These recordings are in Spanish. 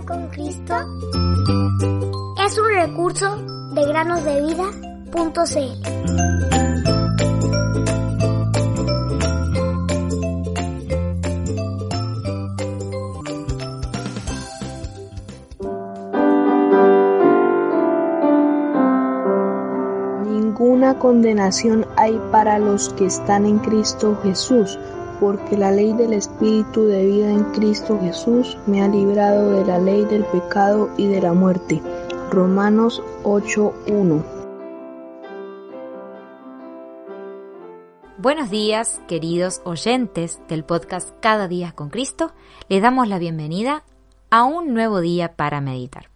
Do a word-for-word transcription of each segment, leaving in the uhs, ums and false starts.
con Cristo es un recurso de granosdevida punto c l. Ninguna condenación hay para los que están en Cristo Jesús, porque la ley del Espíritu de vida en Cristo Jesús me ha librado de la ley del pecado y de la muerte. Romanos ocho uno. Buenos días, queridos oyentes del podcast Cada Día con Cristo. Les damos la bienvenida a un nuevo día para meditar.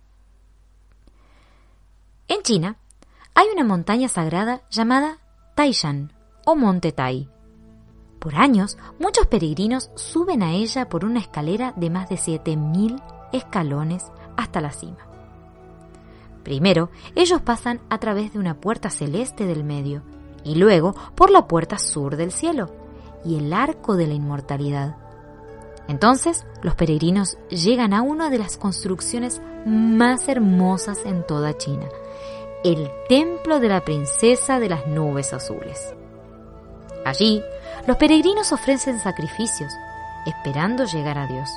En China hay una montaña sagrada llamada Taishan o Monte Tai. Por años, muchos peregrinos suben a ella por una escalera de más de siete mil escalones hasta la cima. Primero, ellos pasan a través de una puerta celeste del medio y luego por la puerta sur del cielo y el arco de la inmortalidad. Entonces, los peregrinos llegan a una de las construcciones más hermosas en toda China, el templo de la princesa de las nubes azules. Allí, los peregrinos ofrecen sacrificios, esperando llegar a Dios.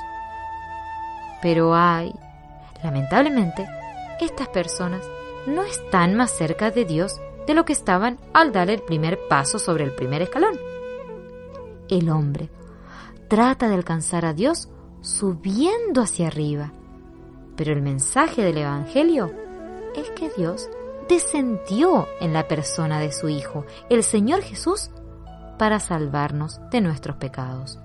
Pero ay, lamentablemente, estas personas no están más cerca de Dios de lo que estaban al dar el primer paso sobre el primer escalón. El hombre trata de alcanzar a Dios subiendo hacia arriba, pero el mensaje del Evangelio es que Dios descendió en la persona de su Hijo, el Señor Jesús, para salvarnos de nuestros pecados.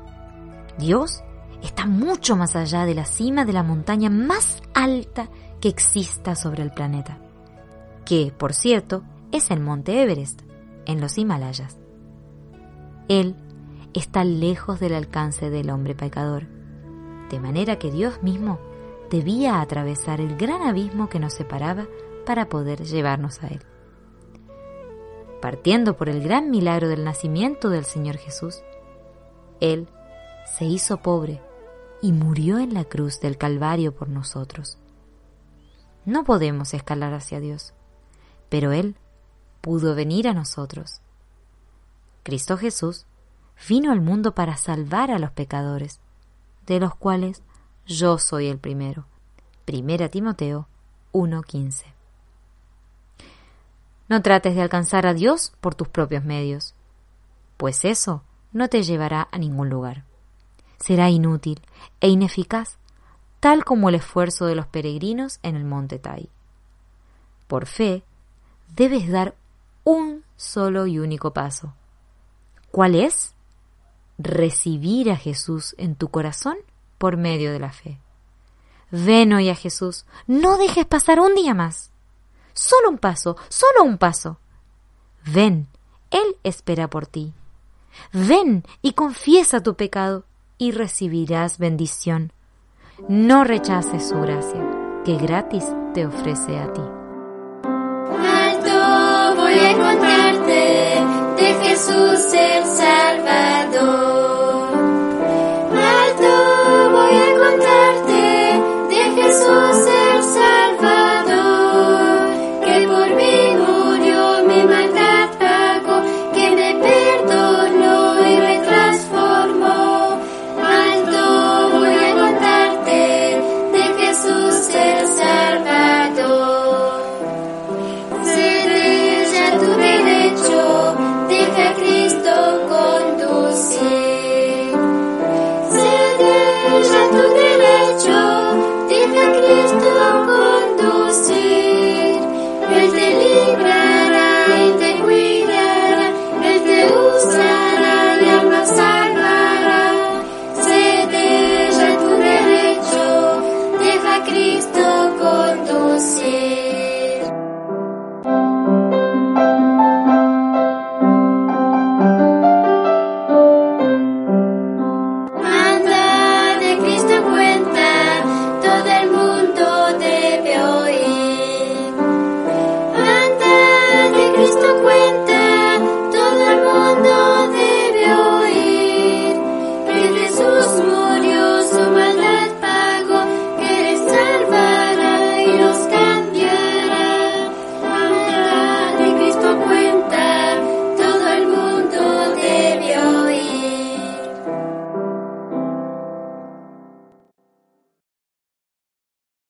Dios está mucho más allá de la cima de la montaña más alta que exista sobre el planeta, que, por cierto, es el Monte Everest, en los Himalayas. Él está lejos del alcance del hombre pecador, de manera que Dios mismo debía atravesar el gran abismo que nos separaba para poder llevarnos a Él. Partiendo por el gran milagro del nacimiento del Señor Jesús, Él se hizo pobre y murió en la cruz del Calvario por nosotros. No podemos escalar hacia Dios, pero Él pudo venir a nosotros. Cristo Jesús vino al mundo para salvar a los pecadores, de los cuales yo soy el primero. Primera Timoteo uno quince. No trates de alcanzar a Dios por tus propios medios, pues eso no te llevará a ningún lugar. Será inútil e ineficaz, tal como el esfuerzo de los peregrinos en el Monte Tai. Por fe, debes dar un solo y único paso. ¿Cuál es? Recibir a Jesús en tu corazón por medio de la fe. Ven hoy a Jesús, no dejes pasar un día más. Solo un paso, solo un paso. Ven, Él espera por ti. Ven y confiesa tu pecado y recibirás bendición. No rechaces su gracia, que gratis te ofrece a ti. Alto voy a encontrarte, de Jesús el Salvador.